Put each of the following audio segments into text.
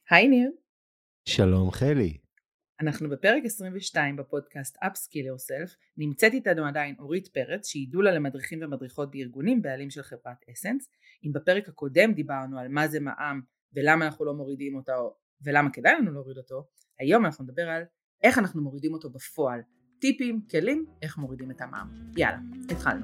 היי ניר. שלום חלי. אנחנו בפרק 22 בפודקאסט Upskill Yourself. נמצאת איתנו עדיין אורית פרץ, שהיא דולה למדריכים ומדריכות בארגונים, בעלים של חברת אסנס. אם בפרק הקודם דיברנו על מה זה מע"מ ולמה אנחנו לא מורידים אותו ולמה כדאי לנו להוריד אותו, היום אנחנו נדבר על איך אנחנו מורידים אותו בפועל. טיפים, כלים, איך מורידים את המע"מ. יאללה, התחלנו.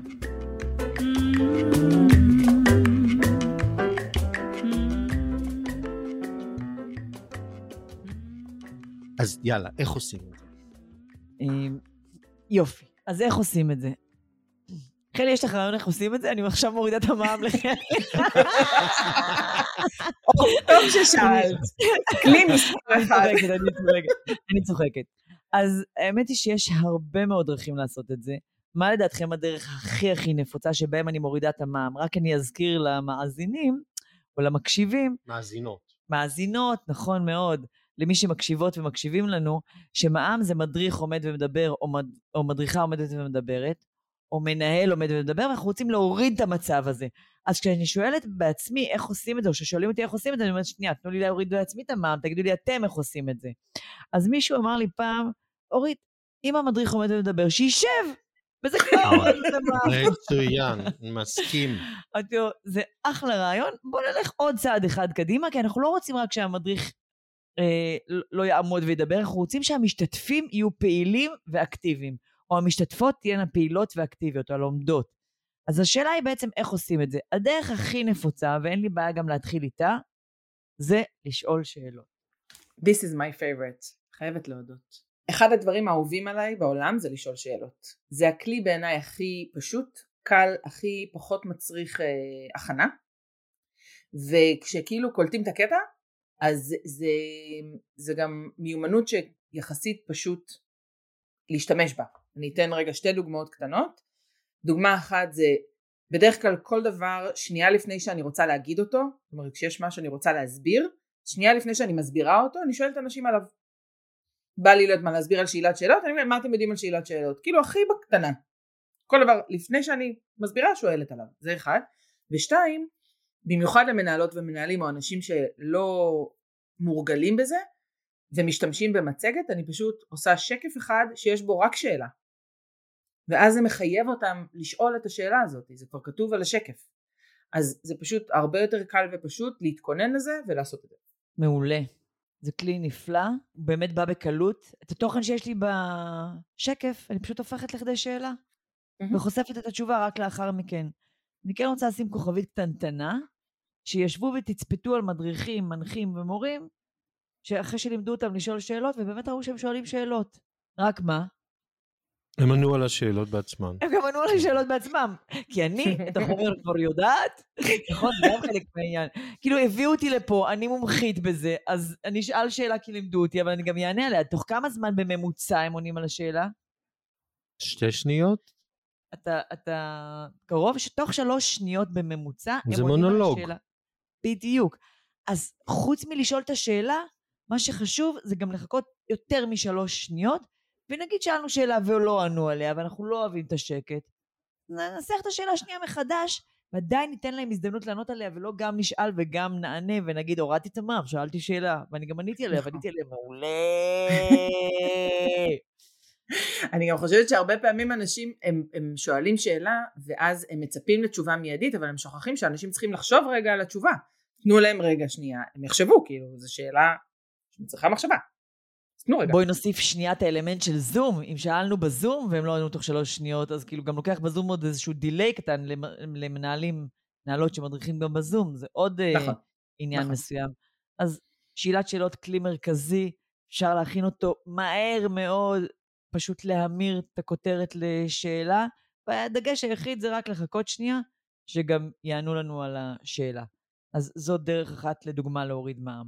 אז יאללה, איך עושים את זה? יופי, אז איך עושים את זה? חלי, יש לך רעיון איך עושים את זה? אני עכשיו מורידה את המע"מ לחלי. טוב ששאלת. כלי מספר אחד. אני צוחקת. אז האמת היא שיש הרבה מאוד דרכים לעשות את זה. מה לדעתכם הדרך הכי נפוצה שבהם אני מורידה את המע"מ? רק אני אזכיר למאזינים או למקשיבים. מאזינות, נכון מאוד. למי שמקשיבות ומקשיבים לנו, שמע"מ זה מדריך עומד ומדבר, או מדריכה עומדת ומדברת, או מנהל עומד ומדבר, ואנחנו רוצים להוריד את המצב הזה. אז כשאני שואלת בעצמי איך עושים את זה, או ששואלים אותי איך עושים את זה, אני אומרת, שנייה, תנו לי להוריד בעצמי את המע"מ, תגידו לי אתם איך עושים את זה. אז מישהו אמר לי פעם, אורית, אם המדריך עומד ומדבר, שישב, וזה כבר הוריד את המע"מ. מצוין, מסכים. זה אחלה רעיון, בוא נלך עוד צעד אחד קדימה, כי אנחנו לא רוצים רק שהמדריך לא יעמוד וידבר, אנחנו רוצים שהמשתתפים יהיו פעילים ואקטיביים, או המשתתפות תהיינה פעילות ואקטיביות, או הלומדות. אז השאלה היא בעצם איך עושים את זה. הדרך הכי נפוצה, ואין לי בעיה גם להתחיל איתה, זה לשאול שאלות. This is my favorite, חייבת להודות. אחד הדברים האהובים עליי בעולם זה לשאול שאלות. זה הכלי בעיניי הכי פשוט, קל, הכי פחות מצריך הכנה, וכשכאילו קולטים את הקטע, אז זה גם מיומנות שיחסית פשוט להשתמש בה. אני אתן רגע שתי דוגמאות קטנות. דוגמה אחת זה בדרך כלל כל דבר שנייה לפני שאני רוצה להגיד אותו, זאת אומרת כשיש מה שאני רוצה להסביר, שנייה לפני שאני מסבירה אותו, אני שואלת אנשים עליו. בא לי להיות מה להסביר על שאלת שאלות, אני אומר מה אתם יודעים על שאלת שאלות? כאילו הכי בקטנה. כל דבר לפני שאני מסבירה שואלת עליו, זה אחד. ושתיים, במיוחד למנהלות ומנהלים או אנשים שלא מורגלים בזה ומשתמשים במצגת, אני פשוט עושה שקף אחד שיש בו רק שאלה. ואז זה מחייב אותם לשאול את השאלה הזאת, זה כבר כתוב על השקף. אז זה פשוט הרבה יותר קל ופשוט להתכונן לזה ולעשות את זה. מעולה. זה כלי נפלא, הוא באמת בא בקלות. את התוכן שיש לי בשקף, אני פשוט הופכת לכדי שאלה, וחושפת את התשובה רק לאחר מכן. אני כן רוצה לשים כוכבית קטנטנה, שישבו ותצפתו על מדריכים, מנחים ומורים, שאחרי שלימדו אותם לשאול שאלות, ובאמת ראו שהם שואלים שאלות. רק מה? הם ענו על השאלות בעצמם. הם גם ענו על השאלות בעצמם. כי אני את החומר כבר יודעת, נכון, זה גם חלק מהעניין. כאילו הביאו אותי לפה, אני מומחית בזה, אז אני אשאל שאלה כי לימדו אותי, אבל אני גם יענה עליה. תוך כמה זמן בממוצע הם עונים על השאלה? 2 שניות? אתה קרוב שתוך 3 שניות בממוצע, זה מונולוג. בדיוק. אז חוץ מלשאול את השאלה, מה שחשוב זה גם לחכות יותר מ3 שניות, ונגיד שאלנו שאלה ולא ענו עליה, ואנחנו לא אוהבים את השקט. ננסח את השאלה שנייה מחדש, ועדיין ניתן להם הזדמנות לענות עליה, ולא גם נשאל וגם נענה, ונגיד, הורדתי את המע"מ, שאלתי שאלה, ואני גם עניתי עליה, ועניתי עליה, מעולה. אני גם חושבת שהרבה פעמים אנשים הם שואלים שאלה ואז הם מצפים לתשובה מיידית, אבל הם שוכחים שאנשים צריכים לחשוב רגע על התשובה. תנו להם רגע שנייה, הם יחשבו, כאילו זו שאלה שמצריכה מחשבה. תנו רגע. בואי נוסיף שנייה את האלמנט של זום. אם שאלנו בזום והם לא ענו תוך 3 שניות, אז כאילו גם לוקח בזום עוד איזשהו דיליי קטן למנהלים, מנהלות שמדריכים גם בזום, זה עוד עניין מסוים. אז שאלת שאלות כלי מרכזי, אפשר להכין אותו מהר מאוד, פשוט להמיר את הכותרת לשאלה, והדגש היחיד זה רק לחכות שנייה, שגם יענו לנו על השאלה. אז זאת דרך אחת לדוגמה להוריד מע"מ.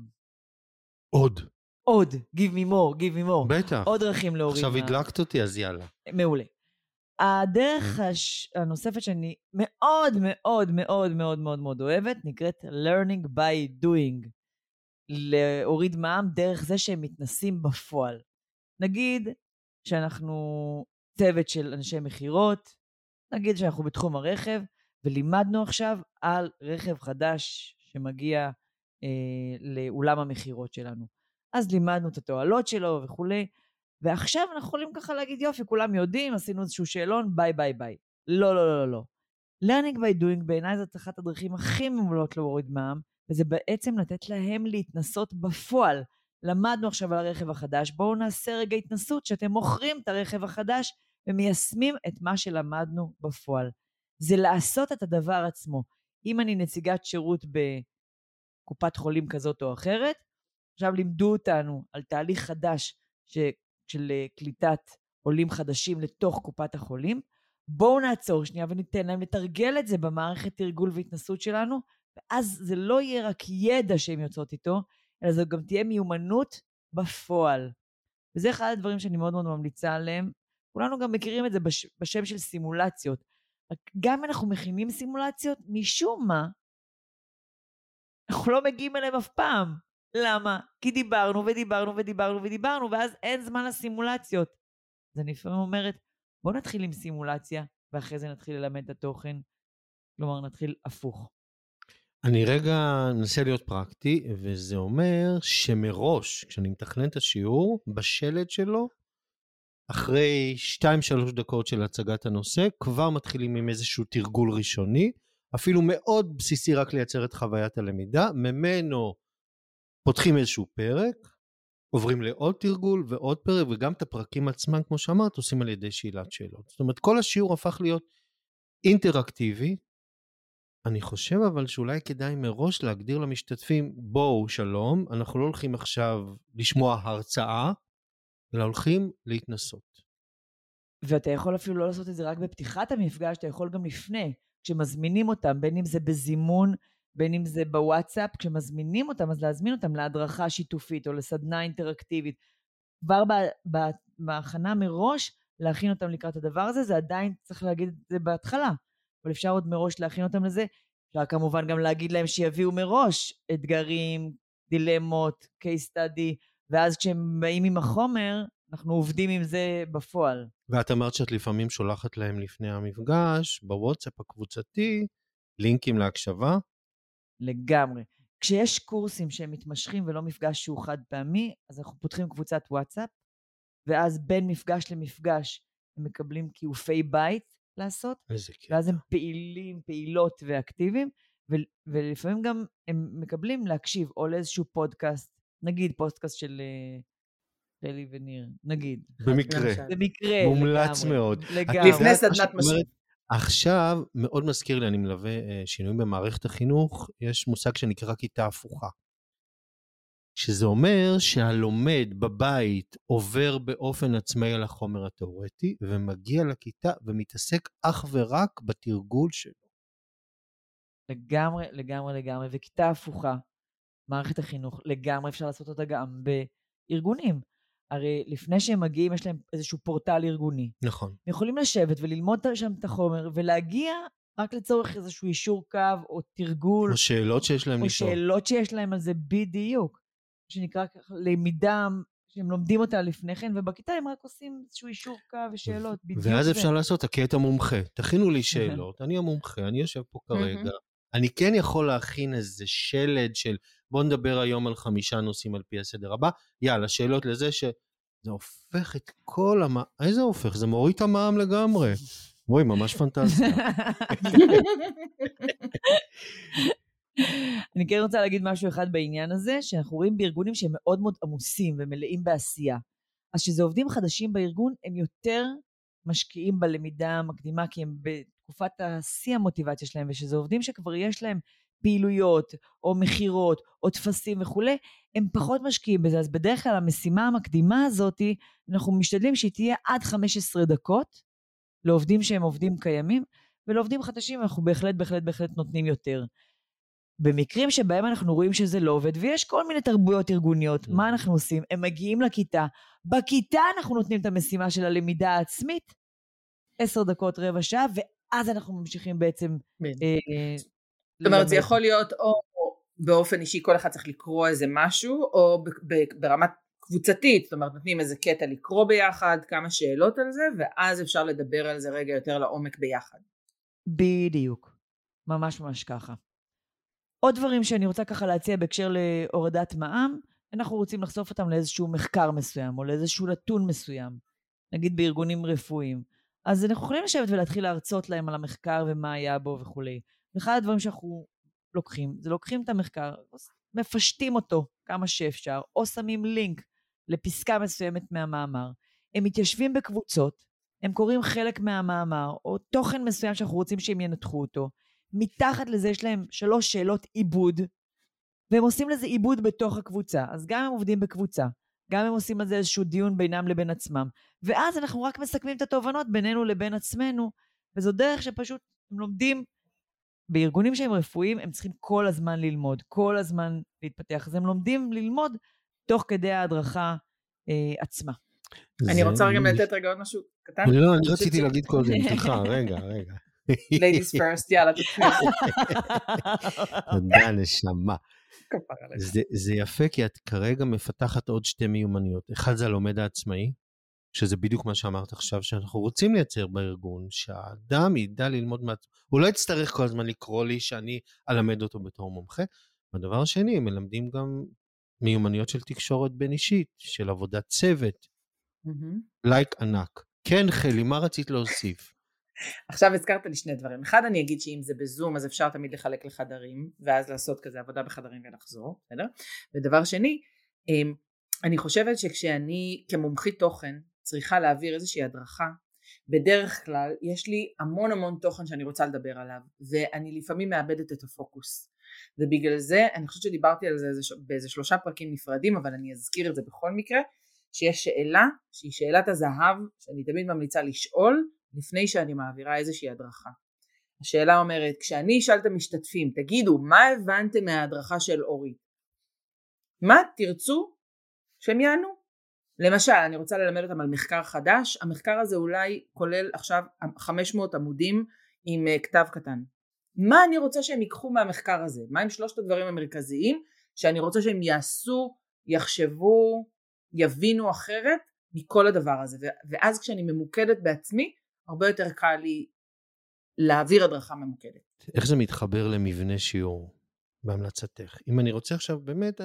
עוד, give me more. בטח. עוד דרכים להוריד מע"מ. עכשיו הדלקת אותי, אז יאללה. מעולה. הדרך הנוספת שאני מאוד מאוד מאוד מאוד מאוד מאוד אוהבת, נקראת learning by doing. להוריד מע"מ דרך זה שהם מתנסים בפועל. נגיד שאנחנו צוות של אנשי מחירות, נגיד שאנחנו בתחום הרכב, ולימדנו עכשיו על רכב חדש שמגיע לאולם המחירות שלנו. אז לימדנו את התועלות שלו וכולי, ועכשיו אנחנו יכולים ככה להגיד, יופי, כולם יודעים, עשינו איזשהו שאלון, ביי ביי ביי. לא, לא, לא, לא, לא. Learning by doing בעיניי זאת אחת הדרכים הכי מעולות להוריד מע"מ, וזה בעצם לתת להם להתנסות בפועל. למדנו עכשיו על הרכב החדש, בואו נעשה רגע התנסות שאתם מוכרים את הרכב החדש ומיישמים את מה שלמדנו בפועל. זה לעשות את הדבר עצמו. אם אני נציגת שירות בקופת חולים כזאת או אחרת, עכשיו לימדו אותנו על תהליך חדש של קליטת עולים חדשים לתוך קופת החולים, בואו נעצור שנייה וניתן להם לתרגל את זה במערכת תרגול והתנסות שלנו, ואז זה לא יהיה רק ידע שהם יוצאות איתו, אלא זו גם תהיה מיומנות בפועל. וזה אחד הדברים שאני מאוד מאוד ממליצה עליהם. כולנו גם מכירים את זה בשם של סימולציות. גם אם אנחנו מכינים סימולציות, משום מה, אנחנו לא מגיעים אליהם אף פעם. למה? כי דיברנו ודיברנו ודיברנו ודיברנו, ואז אין זמן לסימולציות. אז אני לפעמים אומרת, בואו נתחיל עם סימולציה, ואחרי זה נתחיל ללמד את התוכן. כלומר, נתחיל הפוך. אני רגע מנסה להיות פרקטי, וזה אומר שמראש, כשאני מתכנן את השיעור, בשלט שלו, אחרי 2-3 דקות של הצגת הנושא, כבר מתחילים עם איזשהו תרגול ראשוני, אפילו מאוד בסיסי רק לייצר את חוויית הלמידה, ממנו פותחים איזשהו פרק, עוברים לעוד תרגול ועוד פרק, וגם את הפרקים עצמם, כמו שאמרת, עושים על ידי שאלת שאלות. זאת אומרת, כל השיעור הפך להיות אינטראקטיבי. אני חושב אבל שאולי כדאי מראש להגדיר למשתתפים, בואו שלום, אנחנו לא הולכים עכשיו לשמוע הרצאה, אלא הולכים להתנסות. ואתה יכול אפילו לא לעשות את זה רק בפתיחת המפגש, אתה יכול גם לפני, כשמזמינים אותם, בין אם זה בזימון, בין אם זה בוואטסאפ, כשמזמינים אותם, אז להזמין אותם להדרכה שיתופית או לסדנה אינטראקטיבית. כבר בהכנה מראש, להכין אותם לקראת הדבר הזה, זה עדיין צריך להגיד את זה בהתחלה, אבל אפשר עוד מראש להכין אותם לזה, אפשר כמובן גם להגיד להם שיביאו מראש אתגרים, דילמות, case study, ואז כשהם באים עם החומר, אנחנו עובדים עם זה בפועל. ואת אמרת שאת לפעמים שולחת להם לפני המפגש, בוואטסאפ הקבוצתי, לינקים להקשבה? לגמרי. כשיש קורסים שהם מתמשכים ולא מפגש שהוא חד פעמי, אז אנחנו פותחים קבוצת וואטסאפ, ואז בין מפגש למפגש הם מקבלים קיופי בית לעשות, ואז הם פעילות ואקטיביים, ולפעמים גם הם מקבלים להקשיב או לאיזשהו פודקאסט, נגיד פודקאסט של חלי וניר, נגיד. במקרה. מומלץ מאוד. לפני סדנת משהו. עכשיו, מאוד מזכיר לי, אני מלווה שינויים במערכת החינוך, יש מושג שנקרא כיתה הפוכה. שזה אומר שהלומד בבית עובר באופן עצמאי על החומר התיאורטי, ומגיע לכיתה ומתעסק אך ורק בתרגול שלו. לגמרי, לגמרי, לגמרי. וכיתה הפוכה, מערכת החינוך, לגמרי אפשר לעשות אותה גם בארגונים. הרי לפני שהם מגיעים, יש להם איזשהו פורטל ארגוני. נכון. הם יכולים לשבת וללמוד שם את החומר, ולהגיע רק לצורך איזשהו אישור קו, או תרגול. או שאלות שיש להם לשאול. או שאלות שיש להם על זה בדיוק. שנקרא למידה, שהם לומדים אותה לפני כן, ובכיתה הם רק עושים איזשהו אישור קו ושאלות. ואז אפשר לעשות, הקטע מומחה. תכינו לי שאלות, אני המומחה, אני יושב פה כרגע. אני כן יכול להכין איזה שלד של, בוא נדבר היום על 5 נושאים על פי הסדר הבא, יאללה, שאלות לזה שזה הופך את כל איזה הופך? זה מוריד את המע"מ לגמרי. בואי, ממש פנטסטיה. אני כן רוצה להגיד משהו אחד בעניין הזה, שאנחנו רואים בארגונים שהם מאוד מאוד עמוסים ומלאים בעשייה. אז שזה עובדים חדשים בארגון, הם יותר משקיעים בלמידה המקדימה, כי הם בתקופת השיא המוטיבציה שלהם, ושזה עובדים שכבר יש להם פעילויות, או מחירות, או תפסים וכו', הם פחות משקיעים בזה. אז בדרך כלל המשימה המקדימה הזאת, אנחנו משתדלים שהיא תהיה עד 15 דקות, לעובדים שהם עובדים קיימים, ולעובדים חדשים אנחנו בהחלט נותנים יותר. במקרים שבהם אנחנו רואים שזה לא עובד, ויש כל מיני תרבויות ארגוניות, מה אנחנו עושים? הם מגיעים לכיתה, בכיתה אנחנו נותנים את המשימה של הלמידה העצמית, 10 דקות, רבע שעה, ואז אנחנו ממשיכים בעצם זאת אומרת, זה יכול להיות או באופן אישי, כל אחד צריך לקרוא איזה משהו, או ברמת קבוצתית, זאת אומרת, נותנים איזה קטע לקרוא ביחד, כמה שאלות על זה, ואז אפשר לדבר על זה רגע יותר לעומק ביחד. בדיוק. ממש ממש ככה. עוד דברים שאני רוצה ככה להציע בהקשר להורדת מע"מ, אנחנו רוצים לחשוף אותם לאיזשהו מחקר מסוים, או לאיזשהו נתון מסוים, נגיד בארגונים רפואיים. אז אנחנו יכולים לשבת ולהתחיל להרצות להם על המחקר ומה היה בו וכולי. ואחד הדברים שאנחנו לוקחים, זה לוקחים את המחקר, מפשטים אותו כמה שאפשר, או שמים לינק לפסקה מסוימת מהמאמר. הם מתיישבים בקבוצות, הם קוראים חלק מהמאמר, או תוכן מסוים שאנחנו רוצים שהם ינתחו אותו. מתחת לזה יש להם 3 שאלות עיבוד, והם עושים לזה עיבוד בתוך הקבוצה. אז גם הם עובדים בקבוצה, גם הם עושים על זה איזשהו דיון בינם לבין עצמם. ואז אנחנו רק מסכמים את התובנות בינינו לבין עצמנו, וזו דרך שפשוט הם לומדים, בארגונים שהם רפואיים, הם צריכים כל הזמן ללמוד, כל הזמן להתפתח. אז הם לומדים ללמוד תוך כדי ההדרכה עצמה. אני רוצה גם לתת רגע עוד משהו קטן. לא, אני רציתי להגיד קודם, סליחה, רגע. Ladies first, יאללה, תתחיל. תודה, נשמה. זה יפה, כי את כרגע מפתחת עוד 2 מיומנויות. אחד זה הלומד העצמאי, שזה בדיוק מה שאמרת עכשיו, שאנחנו רוצים לייצר בארגון, שהאדם ידע ללמוד הוא לא יצטרך כל הזמן לקרוא לי שאני אלמד אותו בתור מומחה. הדבר השני, הם מלמדים גם מיומנויות של תקשורת בין אישית, של עבודת צוות, לייק ענק. כן, חלי, מה רצית להוסיף? עכשיו הזכרת לי 2 דברים. אחד, אני אגיד שאם זה בזום, אז אפשר תמיד לחלק לחדרים, ואז לעשות כזה עבודה בחדרים ולחזור, בסדר? ודבר שני, אני חושבת שכשאני כמומחית תוכן צריכה להעביר איזושהי הדרכה, בדרך כלל יש לי המון תוכן שאני רוצה לדבר עליו, ואני לפעמים מאבדת את הפוקוס. ובגלל זה, אני חושבת שדיברתי על זה באיזה 3 פרקים נפרדים, אבל אני אזכיר את זה בכל מקרה, שיש שאלה, שהיא שאלת הזהב, שאני תמיד ממליצה לשאול, לפני שאני מעבירה איזושהי הדרכה. השאלה אומרת, כשאני אשאל את המשתתפים, תגידו, מה הבנתם מההדרכה של אורית? מה תרצו שהם יענו? למשל, אני רוצה ללמד אותם על מחקר חדש, המחקר הזה אולי כולל עכשיו 500 עמודים עם כתב קטן. מה אני רוצה שהם ייקחו מהמחקר הזה? מה הם 3 הדברים המרכזיים שאני רוצה שהם יעשו, יחשבו, יבינו אחרת מכל הדבר הזה? ואז כשאני ממוקדת בעצמי, הרבה יותר קל לי להעביר הדרכה ממוקדת. איך זה מתחבר למבנה שיעור בהמלצתך? אם אני רוצה עכשיו, באמת,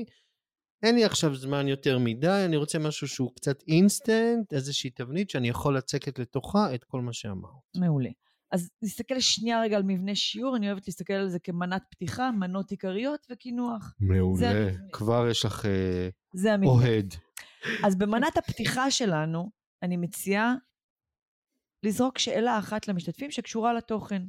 אין לי עכשיו זמן יותר מדי, אני רוצה משהו שהוא קצת אינסטנט, איזושהי תבנית שאני יכול לצקת לתוכה את כל מה שאמרת. מעולה. אז נסתכל שנייה רגע על מבנה שיעור, אני אוהבת להסתכל על זה כמנת פתיחה, מנות עיקריות וכינוח. מעולה, כבר יש לך אוהד. אז במנת הפתיחה שלנו, אני מציעה לזרוק שאלה אחת למשתתפים שקשורה לתוכן.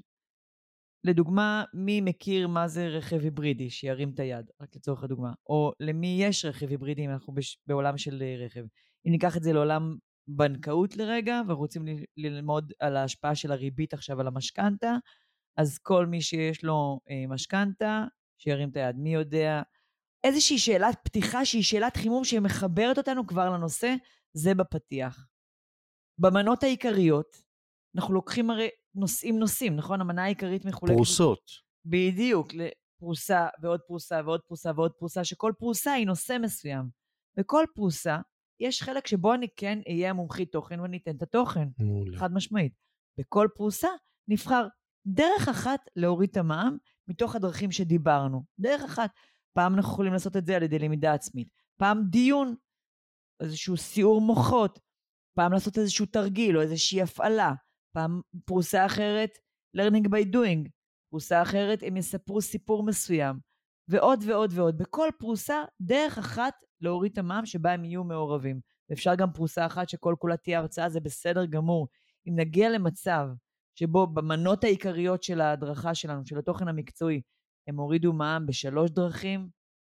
לדוגמה, מי מכיר מה זה רכב היברידי, שירים את היד, רק לצורך הדוגמה. או למי יש רכב היברידי, אם אנחנו בעולם של רכב. אם ניקח את זה לעולם בנקאות לרגע, ואנחנו רוצים ללמוד על ההשפעה של הריבית עכשיו על המשכנתה, אז כל מי שיש לו משכנתה, שירים את היד. מי יודע? איזושהי שאלת פתיחה, שהיא שאלת חימום, שמחברת אותנו כבר לנושא, זה בפתיח. במנות העיקריות, אנחנו לוקחים הרי נושאים, נכון? המנה העיקרית מחולקת. פרוסות. בדיוק, לפרוסה ועוד פרוסה ועוד פרוסה ועוד פרוסה, שכל פרוסה היא נושא מסוים. וכל פרוסה, יש חלק שבו אני כן אהיה המומחית תוכן ואני אתן את התוכן. חד משמעית. בכל פרוסה נבחר דרך אחת להוריד את המע"מ מתוך הדרכים שדיברנו. דרך אחת. פעם אנחנו יכולים לעשות את זה על ידי למידה עצמית. פעם דיון, איזשהו סיעור מוחות. פעם לעשות איזשהו תרגיל או איזושהי הפעלה. פעם פרוסה אחרת, learning by doing. פרוסה אחרת, הם יספרו סיפור מסוים. ועוד ועוד ועוד. בכל פרוסה, דרך אחת להוריד את המע"מ שבה הם יהיו מעורבים. ואפשר גם פרוסה אחת שכל כולה תהיה הרצאה, זה בסדר גמור. אם נגיע למצב שבו במנות העיקריות של ההדרכה שלנו, של התוכן המקצועי, הם הורידו מע"מ ב3 דרכים,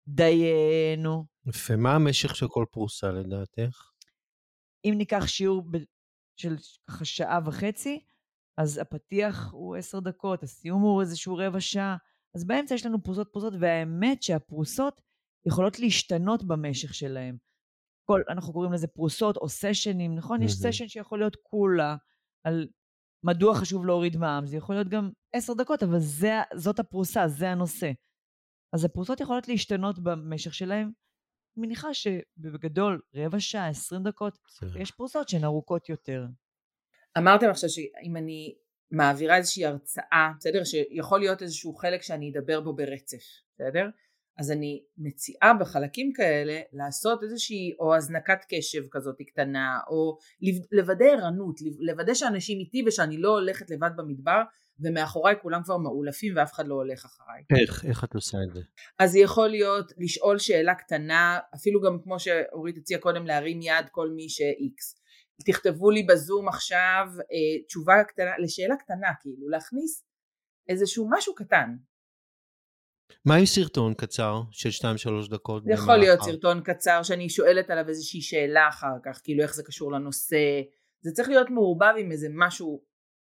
דיינו. ומה המשך של כל פרוסה לדעתך? אם ניקח שיעור של ככה 1.5 שעה, אז הפתיח הוא 10 דקות, הסיום הוא איזשהו 15 שעה, אז באמצע יש לנו פרוסות, והאמת שהפרוסות יכולות להשתנות במשך שלהם. אנחנו קוראים לזה פרוסות או סשנים, נכון? יש סשן שיכול להיות כולה על מדוע חשוב להוריד מע"מ, זה יכול להיות גם 10 דקות, אבל זאת הפרוסה, זה הנושא. אז הפרוסות יכולות להשתנות במשך שלהם, מניחה שבגדול 15 שעה, 20 דקות, יש פרוסות שהן ארוכות יותר. אמרתם עכשיו שאם אני מעבירה איזושהי הרצאה, בסדר? שיכול להיות איזשהו חלק שאני אדבר בו ברצף, בסדר? אז אני מציעה בחלקים כאלה לעשות איזושהי או הזנקת קשב כזאת קטנה, או לוודא ערנות, לוודא שאנשים איתי ושאני לא הולכת לבד במדבר, ומאחוריי כולם כבר מאולפים ואף אחד לא הולך אחריי. איך את עושה את זה? אז יכול להיות לשאול שאלה קטנה, אפילו גם כמו שאורית הציעה קודם, להרים יד כל מי ש-X. תכתבו לי בזום עכשיו תשובה קטנה, לשאלה קטנה, כאילו להכניס איזשהו משהו קטן. מה עם סרטון קצר של 2-3 דקות? יכול להיות סרטון קצר שאני שואלת עליו איזושהי שאלה אחר כך, כאילו איך זה קשור לנושא. זה צריך להיות מעורבב עם איזה משהו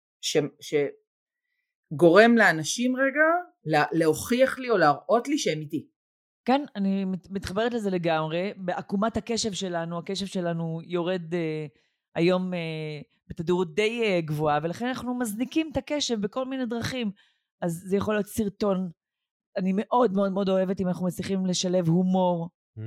שגורם לאנשים רגע להוכיח לי או להראות לי שהם איתי. כן, אני מתחברת לזה לגמרי. בעקומת הקשב שלנו יורד היום בתדירות די גבוהה, ולכן אנחנו מזניקים את הקשב בכל מיני דרכים. אז זה יכול להיות סרטון. אני מאוד מאוד מאוד אוהבת אם אנחנו מצליחים לשלב הומור.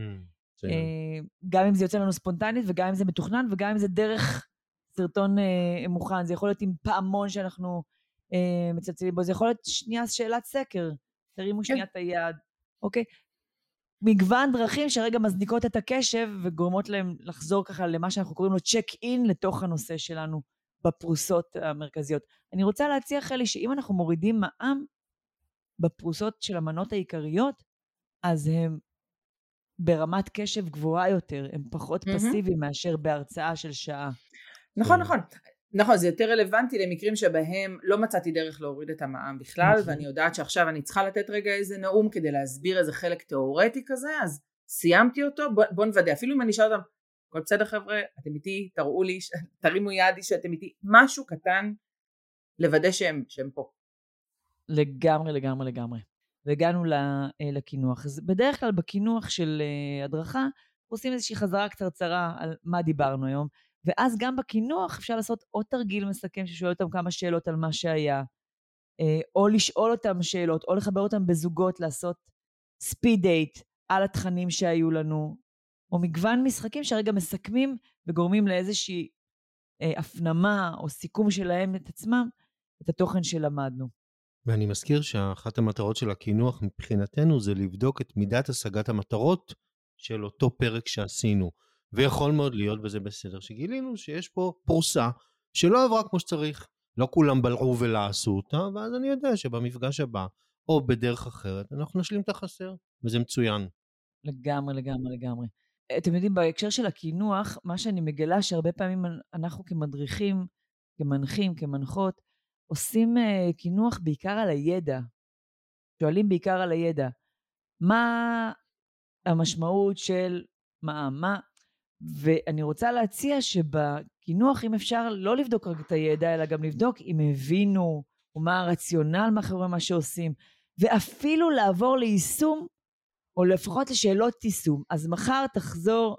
גם אם זה יוצא לנו ספונטנית, וגם אם זה מתוכנן, וגם אם זה דרך סרטון מוכן. זה יכול להיות עם פעמון שאנחנו מצלצלים בו. זה יכול להיות שנייה שאלת סקר. תרימו שנייה את היד. אוקיי? מגוון דרכים שרגע מזניקות את הקשב וגורמות להם לחזור ככה למה שאנחנו קוראים לו צ'ק אין לתוך הנושא שלנו בפרוסות המרכזיות. אני רוצה להציע חלי שאם אנחנו מורידים מע"מ בפרוסות של המנות העיקריות, אז הם ברמת קשב גבוהה יותר, הם פחות פסיביים מאשר בהרצאה של שעה. נכון, נכון. נכון, זה יותר רלוונטי למקרים שבהם לא מצאתי דרך להוריד את המע"מ בכלל, ואני יודעת שעכשיו אני צריכה לתת רגע איזה נאום כדי להסביר איזה חלק תיאורטי כזה, אז סיימתי אותו, בוא נוודא, אפילו אם אני אשאל אותם, כל בסדר חבר'ה, אתם איתי, תראו לי, תרימו יד שאתם איתי, משהו קטן, לוודא שהם פה. לגמרי, לגמרי, לגמרי. והגענו לקינוח. אז בדרך כלל בקינוח של הדרכה, עושים איזושהי חזרה קצרצרה על מה דיברנו היום, ואז גם בקינוח אפשר לעשות עוד תרגיל מסכם ששואל אותם כמה שאלות על מה שהיה, או לשאול אותם שאלות, או לחבר אותם בזוגות, לעשות ספיד דייט על התכנים שהיו לנו, או מגוון משחקים שהרגע מסכמים וגורמים לאיזושהי הפנמה או סיכום שלהם את עצמם, את התוכן שלמדנו. ואני מזכיר שאחת המטרות של הקינוח מבחינתנו זה לבדוק את מידת השגת המטרות של אותו פרק שעשינו. ויכול מאוד להיות בזה בסדר שגילינו שיש פה פורסה שלא עברה כמו שצריך. לא כולם בלעו ולעשו אותה, ואז אני יודע שבמפגש הבא או בדרך אחרת אנחנו נשלים את החסר, וזה מצוין. לגמרי, לגמרי, לגמרי. אתם יודעים, בהקשר של הקינוח, מה שאני מגלה שהרבה פעמים אנחנו כמדריכים, כמנחים, כמנחות, עושים קינוח בעיקר על הידע. שואלים בעיקר על הידע. מה המשמעות של מה? ואני רוצה להציע שבקינוח, אם אפשר לא לבדוק רק את הידע, אלא גם לבדוק אם הבינו, או מה הרציונל מאחורי מה שעושים, ואפילו לעבור ליישום, או לפחות לשאלות יישום. אז מחר תחזור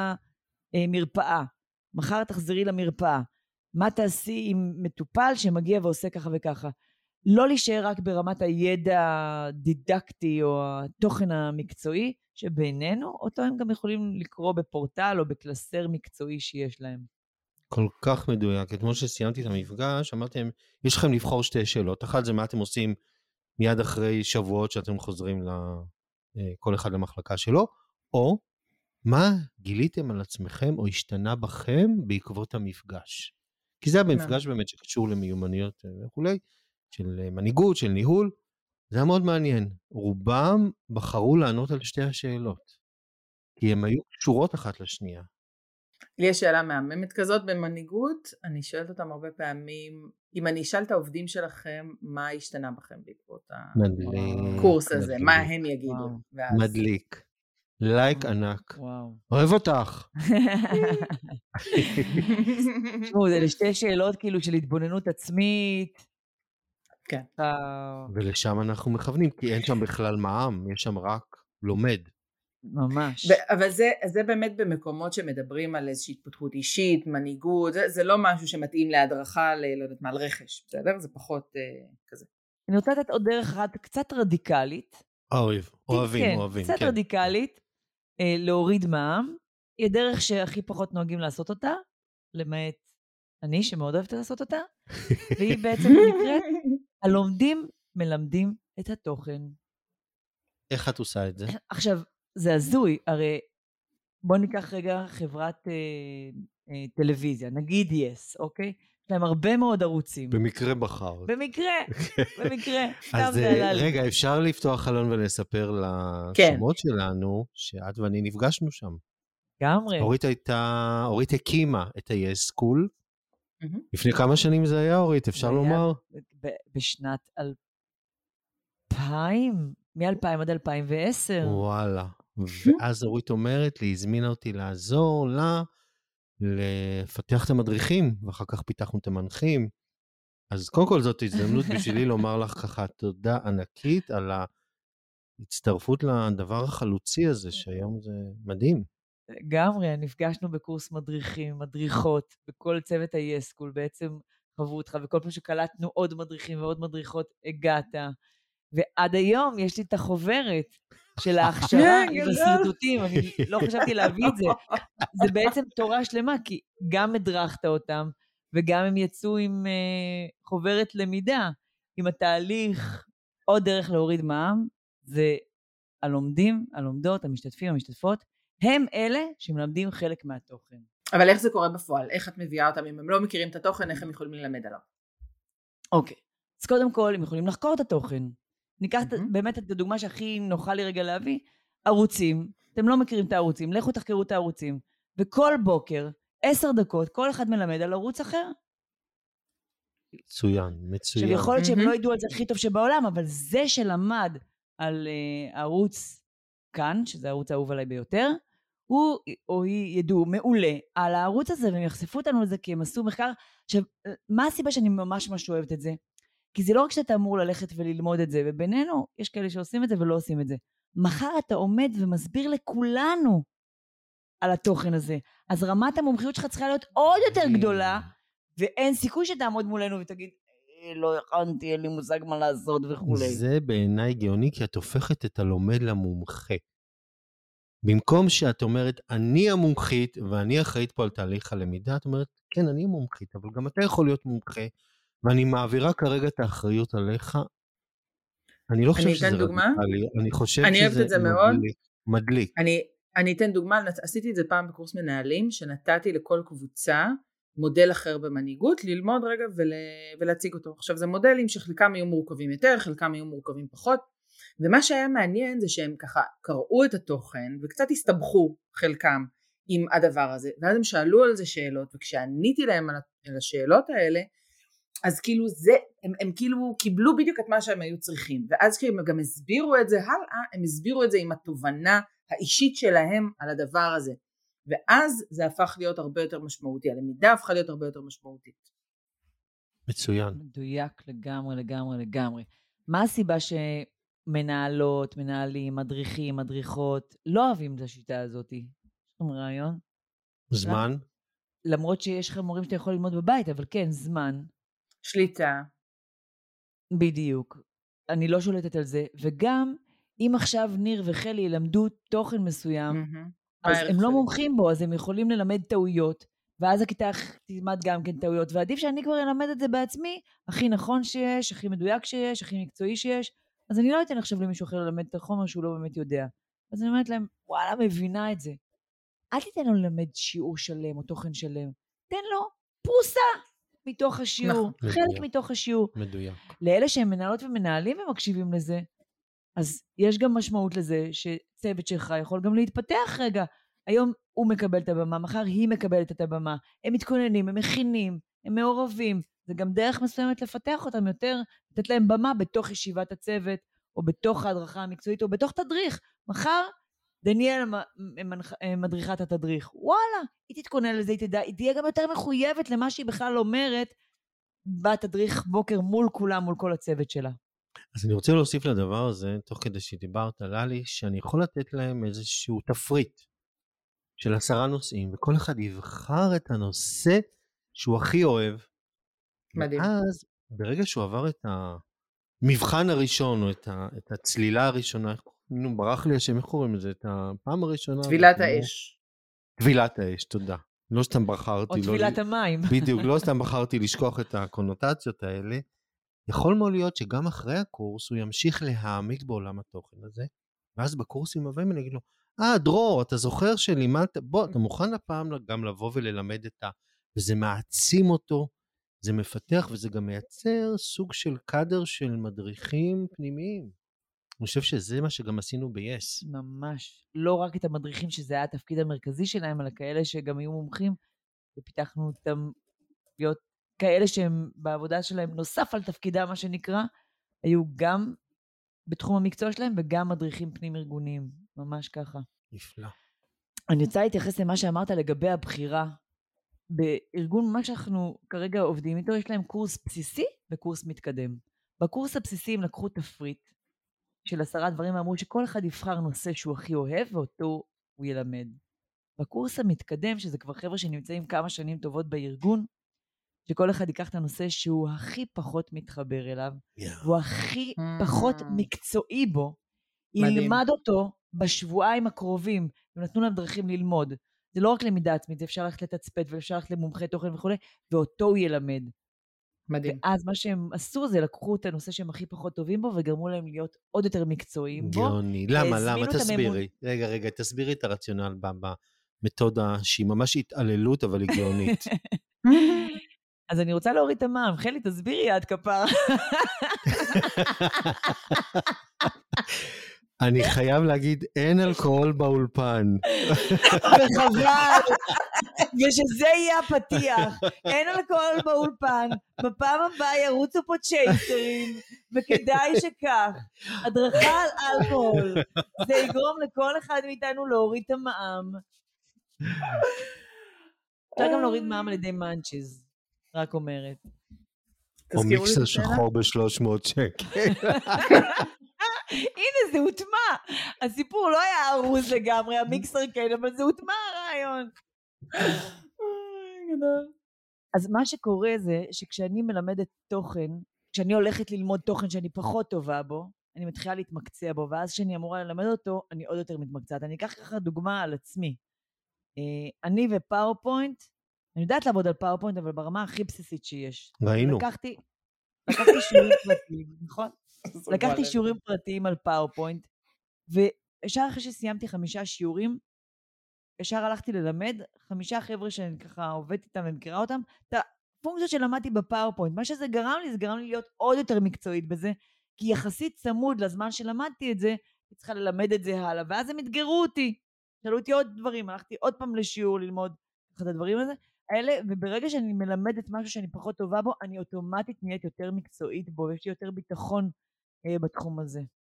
למרפאה. מחר תחזרי למרפאה. מה תעשי עם מטופל שמגיע ועושה ככה וככה? לא להישאר רק ברמת הידע הדידקטי או התוכן המקצועי, שבינינו, אותו הם גם יכולים לקרוא בפורטל או בקלסר מקצועי שיש להם. כל כך מדויק. אתמול שסיימתי את המפגש, אמרתם, יש לכם לבחור שתי שאלות. אחת זה מה אתם עושים מיד אחרי שבועות שאתם חוזרים כל אחד למחלקה שלו, או מה גיליתם על עצמכם או השתנה בכם בעקבות המפגש. כי זה המפגש באמת שקשור למיומנויות וכולי, של מנהיגות, של ניהול, זה היה מאוד מעניין. רובם בחרו לענות על שתי השאלות, כי הן היו קשורות אחת לשנייה. לי יש שאלה מהממת כזאת במנהיגות, אני שואלת אותם הרבה פעמים, אם אני אשאל את העובדים שלכם, מה השתנה בכם בעקבות הקורס הזה, מה הם יגידו? מדליק. לייק ענק. אוהב אותך. תשמעו, זה לשתי שאלות כאילו של התבוננות עצמית. כן. ולשם אנחנו מכוונים, כי אין שם בכלל מע"מ, יש שם רק לומד. ממש. אבל זה באמת במקומות שמדברים על איזושהי התפתחות אישית, מנהיגות, זה לא משהו שמתאים להדרכה, לא יודעת מה, על רכש, בסדר? זה פחות כזה. אני רוצה לתת עוד דרך אחת קצת רדיקלית. אוהבים. קצת רדיקלית, להוריד מע"מ. היא הדרך שהכי פחות נוהגים לעשות אותה, למעט אני שמאוד אוהבת לעשות אותה, והיא בעצם נקראת, הלומדים מלמדים את התוכן. איך את עושה את זה? עכשיו, זה הזוי, הרי בוא ניקח רגע חברת טלוויזיה, נגיד יס, אוקיי? יש להם הרבה מאוד ערוצים. במקרה בחרת. במקרה. אז רגע, אפשר לפתוח חלון ולספר לשומעות שלנו, שאת ואני נפגשנו שם. גמרי. אורית הקימה את ה-Yes School. לפני כמה שנים זה היה, אורית? אפשר לומר? בשנת 2000, מ-2000 עד 2010. וואלה. ואז אורית אומרת לי, הזמינה אותי לעזור לה, לפתח את המדריכים, ואחר כך פיתחנו את המנחים. אז קודם כל זאת הזדמנות בשבילי לומר לך ככה, תודה ענקית על ההצטרפות לדבר החלוצי הזה, שהיום זה מדהים. גמרי, נפגשנו בקורס מדריכים, מדריכות, בכל צוות ה-Yes School, בעצם חוו אותך, וכל פעם שקלטנו עוד מדריכים ועוד מדריכות, הגעת. ועד היום יש לי את החוברת של ההכשרה עם הסרטוטים, אני לא חשבתי להביא את זה. זה בעצם תורה שלמה, כי גם הדרכת אותם, וגם הם יצאו עם חוברת למידה, עם התהליך, עוד דרך להוריד מע"מ, זה הלומדים, הלומדות, המשתתפים, המשתתפות, הם אלה שמלמדים חלק מהתוכן. אבל איך זה קורה בפועל? איך את מביאה אותם? אם הם לא מכירים את התוכן, איך הם יכולים ללמד עליו? אוקיי. אז קודם כל, הם יכולים לחקור את התוכן. ניקח באמת את הדוגמה שהכי נוחה לי רגע להביא. ערוצים. אתם לא מכירים את הערוצים. לכו תחקרו את הערוצים. וכל בוקר, 10 דקות, כל אחד מלמד על ערוץ אחר. מצוין, מצוין. עכשיו, יכול להיות שהם לא ידעו על זה הכי טוב שבעולם, אבל זה שלמד על ערוץ כאן, שזה הערוץ האהוב עליי ביותר, הוא או היא ידעו מעולה על הערוץ הזה, והם יחשפו אותנו לזה כי הם עשו מחקר. עכשיו, מה הסיבה שאני ממש אוהבת את זה? כי זה לא רק שאתה אמור ללכת וללמוד את זה, ובינינו יש כאלה שעושים את זה ולא עושים את זה. מחר אתה עומד ומסביר לכולנו על התוכן הזה. אז רמת המומחיות שלך צריכה להיות עוד יותר גדולה, ואין סיכוי שתעמוד מולנו ותגיד, לא יכנתי, אין לי מושג מה לעשות וכו'. זה בעיניי גאוני, כי את הופכת את הלומד למומחה. במקום שאת אומרת, אני המומחית, ואני אחראית פה על תהליך הלמידה, את אומרת, כן, אני המומחית, אבל גם אתה יכול להיות מומחה, ואני מעבירה כרגע את האחריות עליך. אני לא חושב שזה רדיקלי, אני חושב שזה מדליק. אני אתן דוגמה, עשיתי את זה פעם בקורס מנהלים, שנתתי לכל קבוצה מודל אחר במנהיגות, ללמוד רגע ולהציג אותו. עכשיו זה מודלים שחלקם יהיו מורכבים יותר, חלקם יהיו מורכבים פחות, ומה שהיה מעניין זה שהם ככה קראו את התוכן, וקצת הסתבכו חלקם עם הדבר הזה, ואז הם שאלו על זה שאלות, וכשעניתי להם על השאלות האלה, אז כאילו זה, הם כאילו קיבלו בדיוק את מה שהם היו צריכים, ואז כאילו הם גם הסבירו את זה הלאה, הם הסבירו את זה עם התובנה האישית שלהם על הדבר הזה, ואז זה הפך להיות הרבה יותר משמעותי, הלמידה הפכה להיות הרבה יותר משמעותית. מצוין. מדויק לגמרי. מה הסיבה שמנהלות, מנהלים, מדריכים, מדריכות, לא אוהבים את השיטה הזאת? יש לכם רעיון? זמן? למרות שיש לכם מורים שאתה יכול ללמוד בבית, אבל כן, זמן. שליטה. בדיוק. אני לא שולטת על זה, וגם אם עכשיו ניר וחלי ילמדו תוכן מסוים, אז הם לא מומחים בו, אז הם יכולים ללמד טעויות, ואז הכיתה תלמד גם כן טעויות, ועדיף שאני כבר אלמד את זה בעצמי, הכי נכון שיש, הכי מדויק שיש, הכי מקצועי שיש, אז אני לא אתן עכשיו למישהו אחר ללמד את החומר שהוא לא באמת יודע. אז אני אומרת להם, וואלה, מבינה את זה. אל תיתן לו ללמד שיעור שלם או תוכן שלם, תן לו פרוסה מתוך השיעור, חלק מתוך השיעור. מדויק. לאלה שהם מנהלות ומנהלים ומקשיבים לזה, אז יש גם משמעות לזה שצוות שלך יכול גם להתפתח רגע. היום הוא מקבל את הבמה, מחר היא מקבלת את הבמה. הם מתכוננים, הם מכינים, הם מעורבים. זה גם דרך מסוימת לפתח אותם יותר, לתת להם במה בתוך ישיבת הצוות, או בתוך ההדרכה המקצועית, או בתוך תדריך. מחר דניאל מדריכת התדריך. וואלה, היא תתכונן לזה, היא תדע, היא תהיה גם יותר מחויבת למה שהיא בכלל אומרת, בתדריך בוקר מול כולם, מול כל הצוות שלה. אז אני רוצה להוסיף לדבר הזה, תוך כדי שדיברת עלה לי, שאני יכול לתת להם איזשהו תפריט של 10 נושאים, וכל אחד יבחר את הנושא שהוא הכי אוהב. מדהים. ואז ברגע שהוא עבר את המבחן הראשון, או את הצלילה הראשונה, ברח לי השם, איך קוראים לזה? את הפעם הראשונה? טבילת האש. טבילת האש, תודה. לא סתם בחרתי... או טבילת המים. בדיוק, לא סתם בחרתי לשכוח את הקונוטציות האלה. יכול מאוד להיות שגם אחרי הקורס הוא ימשיך להעמיק בעולם התוכן הזה, ואז בקורסים הבאים אני אגיד לו, דרור, אתה זוכר שלימדת, בוא, אתה מוכן הפעם גם לבוא וללמד וזה מעצים אותו, זה מפתח וזה גם מייצר סוג של קאדר של מדריכים פנימיים. אני חושב שזה מה שגם עשינו ב-yes. ממש. לא רק את המדריכים שזה היה התפקיד המרכזי שלהם, אלא כאלה שגם היו מומחים, ופיתחנו אותם להיות כאלה שהם בעבודה שלהם נוסף על תפקידם, מה שנקרא, היו גם בתחום המקצוע שלהם וגם מדריכים פנים ארגוניים. ממש ככה. נפלא. אני רוצה להתייחס למה שאמרת לגבי הבחירה. בארגון, מה שאנחנו כרגע עובדים איתו, יש להם קורס בסיסי וקורס מתקדם. בקורס הבסיסי הם לקחו תפריט של 10 דברים, ואמרו שכל אחד יבחר נושא שהוא הכי אוהב, ואותו הוא ילמד. בקורס המתקדם, שזה כבר חבר'ה שנמצאים כמה שנים טובות בארגון, שכל אחד ייקח את הנושא שהוא הכי פחות מתחבר אליו, והוא הכי פחות מקצועי בו, ילמד אותו בשבועיים הקרובים, ונתנו להם דרכים ללמוד. זה לא רק למידה עצמית, זה אפשר ללכת לתצפת, ואפשר ללכת למומחי תוכן וכו', ואותו הוא ילמד. מדהים. ואז מה שהם עשו זה לקחו את הנושא שהם הכי פחות טובים בו, וגרמו להם להיות עוד יותר מקצועיים בו. גאוני. למה? תסבירי. רגע, תסבירי את הרציונל במתודה שהיא ממש התעללות, אבל היא גאונית. אז אני רוצה להוריד את המע"מ. חלי, תסבירי עד כפר. אני חייב להגיד, אין אלכוהול באולפן. וחבל, ושזה יהיה הפתיח. אין אלכוהול באולפן, בפעם הבאה ירוצו פה צ'ייסרים, וכדאי שכך. הדרכה על אלכוהול, זה יגרום לכל אחד מאיתנו להוריד את המע"מ. אפשר גם להוריד מע"מ על ידי מנצ'יז, רק אומרת. או מיקסר שחור ב-300 שקל. הנה, זה הוטמע. הסיפור לא היה ארוז לגמרי, המיקסר כן, אבל זה הוטמע הרעיון. אז מה שקורה זה שכשאני מלמדת תוכן, כשאני הולכת ללמוד תוכן שאני פחות טובה בו, אני מתחילה להתמקצע בו, ואז כשאני אמורה ללמד אותו, אני עוד יותר מתמקצעת. אני אקח ככה דוגמה על עצמי. אני ופאורפוינט, אני יודעת לעבוד על פאורפוינט, אבל ברמה הכי בסיסית שיש. ראינו. לקחתי שיעורים פרטיים, נכון? לקחתי שיעורים פרטיים על פאורפוינט, וישר אחרי שסיימתי 5 שיעורים, ישר הלכתי ללמד 5 חבר'ה שאני ככה עובדת איתם ומכירה אותם, את הפונקציות שלמדתי בפאורפוינט. מה שזה גרם לי, זה גרם לי להיות עוד יותר מקצועית בזה, כי יחסית צמוד לזמן שלמדתי את זה, אני צריכה ללמד את זה הלאה, ואז הם התגרו אותי. שאלו אותי עוד דברים, הלכתי עוד פעם לשיעור ללמוד את הדברים האלה, וברגע שאני מלמדת משהו שאני פחות טובה בו, אני אוטומטית נהיית יותר מקצועית בו, ויש לי יותר ביטחון בתחום הזה.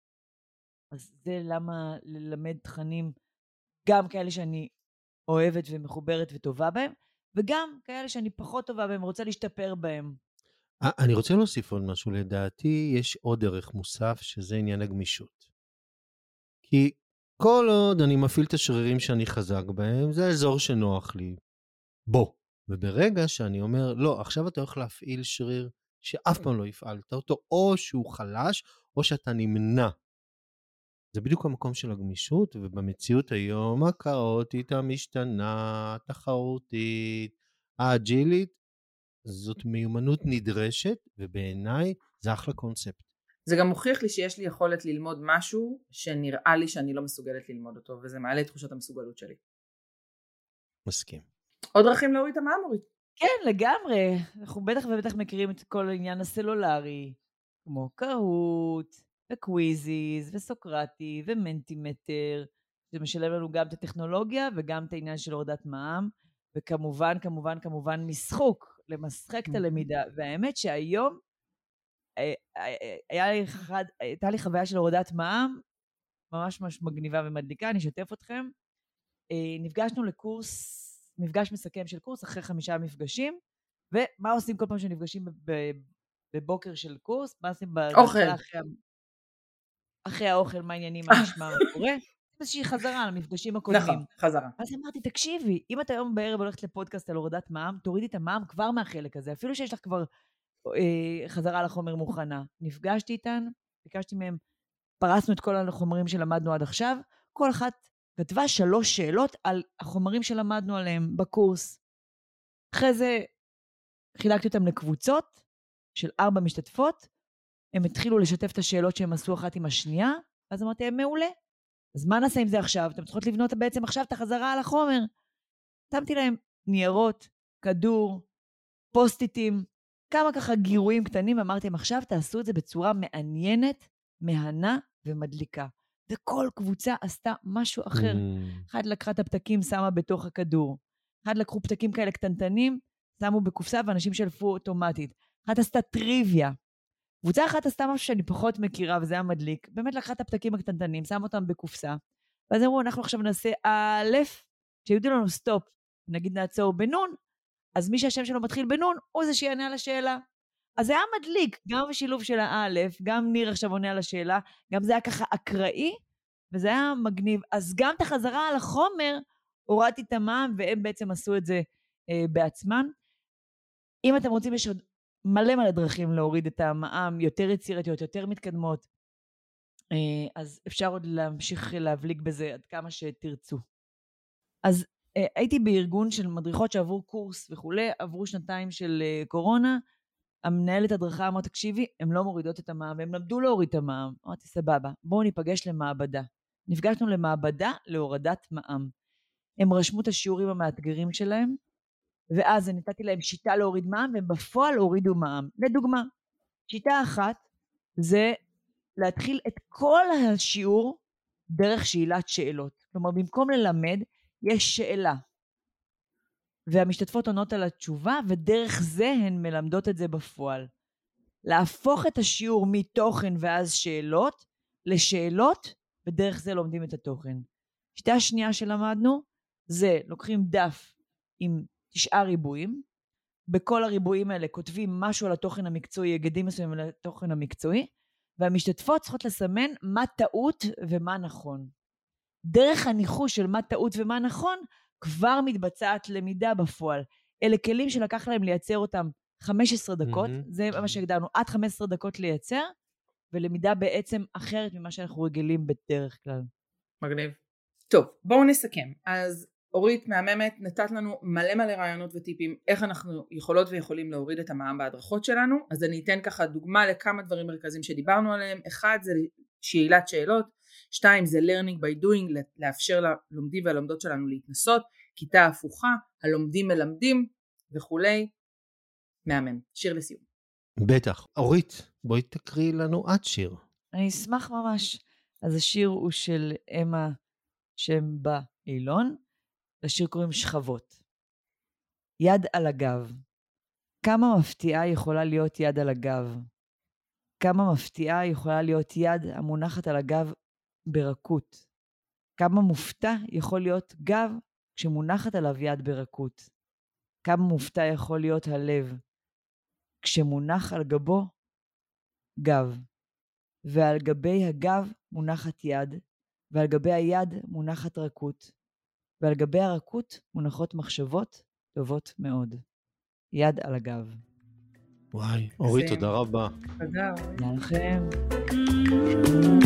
אז זה למה ללמד תכנים, גם כאלה שאני אוהבת ומחוברת וטובה בהם, וגם כאלה שאני פחות טובה בהם, רוצה להשתפר בהם. אני רוצה להוסיף עוד משהו, לדעתי יש עוד ערך מוסף, שזה עניין הגמישות. כי כל עוד אני מפעיל את השרירים שאני חזק בהם, זה האזור שנוח לי. בוא. וברגע שאני אומר, לא, עכשיו אתה הולך להפעיל שריר שאף פעם לא הפעלת אותו, או שהוא חלש, או שאתה נמנע. זה בדיוק המקום של הגמישות, ובמציאות היום הקאוטית, המשתנה, התחרותית, האג'ילית, זאת מיומנות נדרשת, ובעיניי זה אחלה קונספט. זה גם מוכיח לי שיש לי יכולת ללמוד משהו שנראה לי שאני לא מסוגלת ללמוד אותו, וזה מעלה את תחושת המסוגלות שלי. מסכים. עוד דרכים להוריד את המע"מ, אורית? כן, לגמרי. אנחנו בטח ובטח מכירים את כל העניין הסלולרי, כמו קהות, וקוויזיז, וסוקרטי, ומנטימטר, זה משלם לנו גם את הטכנולוגיה, וגם את העניין של הורדת מע"מ, וכמובן, כמובן, משחוק, למשחק את הלמידה. והאמת שהיום, הייתה לי חוויה של הורדת מע"מ, ממש מגניבה ומדליקה, אני אשתף אתכם. נפגשנו לקורס, מפגש מסכם של קורס, אחרי 5 מפגשים, ומה עושים כל פעם שנפגשים בבוקר של קורס? מה עושים אחרי האוכל, מה העניינים, מה נשמע, מה קורה? איזושהי חזרה למפגשים הקודמים. נכון, חזרה. אז אמרתי, תקשיבי, אם את היום בערב הולכת לפודקאסט על הורדת מע"מ, תורידי את המע"מ כבר מהחלק הזה, אפילו שיש לך כבר חזרה לחומר מוכנה. נפגשתי איתן, ביקשתי מהם, פרסנו את כל החומרים שלמדנו עד עכשיו, כל אחת כתבה 3 שאלות על החומרים שלמדנו עליהם בקורס. אחרי זה חילקתי אותם לקבוצות של 4 משתתפות, הם התחילו לשתף את השאלות שהם עשו אחת עם השנייה, אז אמרתי, מעולה. אז מה נעשה עם זה עכשיו? אתם צריכות לבנות בעצם עכשיו את החזרה על החומר. שמתי להם ניירות, כדור, פוסטיטים, כמה ככה גירויים קטנים, אמרתם עכשיו תעשו את זה בצורה מעניינת, מהנה ומדליקה. וכל קבוצה עשתה משהו אחר. אחד לקחה את הפתקים, שמה בתוך הכדור. אחד לקחו פתקים כאלה קטנטנים, שמו בקופסה ואנשים שלפו אוטומטית. אחד עשתה טריוויה. קבוצה אחת עשתה משהו שאני פחות מכירה, וזה היה מדליק. באמת לקחה את הפתקים הקטנטנים, שמה אותם בקופסה. ואז אמרו, אנחנו עכשיו נעשה א', שיודו לנו סטופ, נגיד נעצור בנון, אז מי שהשם שלו מתחיל בנון, הוא זה שיענה על השאלה. אז זה היה מדליק, גם בשילוב של האלף, גם ניר עכשיו עונה על השאלה, גם זה היה ככה אקראי, וזה היה מגניב. אז גם את החזרה על החומר, הורדתי את המע"מ, והם בעצם עשו את זה בעצמם. אם אתם רוצים, יש עוד מלא דרכים להוריד את המע"מ, יותר יצירתיות, יותר מתקדמות, אז אפשר עוד להמשיך להבליג בזה עד כמה שתרצו. אז הייתי בארגון של מדריכות שעברו קורס וכולי, עברו 2 של קורונה, המנהלת הדרכה אמרה, תקשיבי, הן לא מורידות את המע"מ, והם למדו להוריד את המע"מ. אמרתי, סבבה, בואו ניפגש למעבדה. נפגשנו למעבדה להורדת מע"מ. הם רשמו את השיעורים המאתגרים שלהם, ואז נתתי להם שיטה להוריד מע"מ, והם בפועל הורידו מע"מ. לדוגמה, שיטה אחת זה להתחיל את כל השיעור דרך שאלת שאלות. כלומר, במקום ללמד, יש שאלה. והמשתתפות עונות על התשובה, ודרך זה הן מלמדות את זה בפועל. להפוך את השיעור מתוכן ואז שאלות, לשאלות, ודרך זה לומדים את התוכן. שיטה השנייה שלמדנו, זה לוקחים דף עם 9 ריבועים, בכל הריבועים האלה כותבים משהו על התוכן המקצועי, יגדים מסוימים על התוכן המקצועי, והמשתתפות צריכות לסמן מה טעות ומה נכון. דרך הניחוש של מה טעות ומה נכון, כבר מתבצעת למידה בפועל. אלה כלים שלקח להם לייצר אותם 15 דקות, זה מה שהגדרנו, עד 15 דקות לייצר, ולמידה בעצם אחרת ממה שאנחנו רגילים בדרך כלל. מגניב. טוב, בואו נסכם. אז אורית מהממת נתת לנו מלא רעיונות וטיפים איך אנחנו יכולות ויכולים להוריד את המע"מ בהדרכות שלנו. אז אני אתן ככה דוגמה לכמה דברים מרכזיים שדיברנו עליהם. 1 זה שאלת שאלות, 2 זה learning by doing, לאפשר ללומדים והלומדות שלנו להתנסות, כיתה הפוכה, הלומדים מלמדים וכולי. מהמם. שיר לסיום. בטח. אורית, בואי תקריא לנו עד שיר. אני אשמח ממש. אז השיר הוא של אמה שם באילון, לשיר קוראים שכבות. יד על הגב. כמה מפתיעה יכולה להיות יד על הגב? כמה מפתיעה יכולה להיות יד המונחת על הגב ברכות? כמה מופתע יכול להיות גב כשמונחת עליו יד ברכות? כמה מופתע יכול להיות הלב כשמונח על גבו גב? ועל גבי הגב מונחת יד, ועל גבי היד מונחת רכות, ועל גבי הרכות מונחות מחשבות טובות מאוד. יד על הגב. וואי, אורית, תודה רבה. תודה. תודה לכם.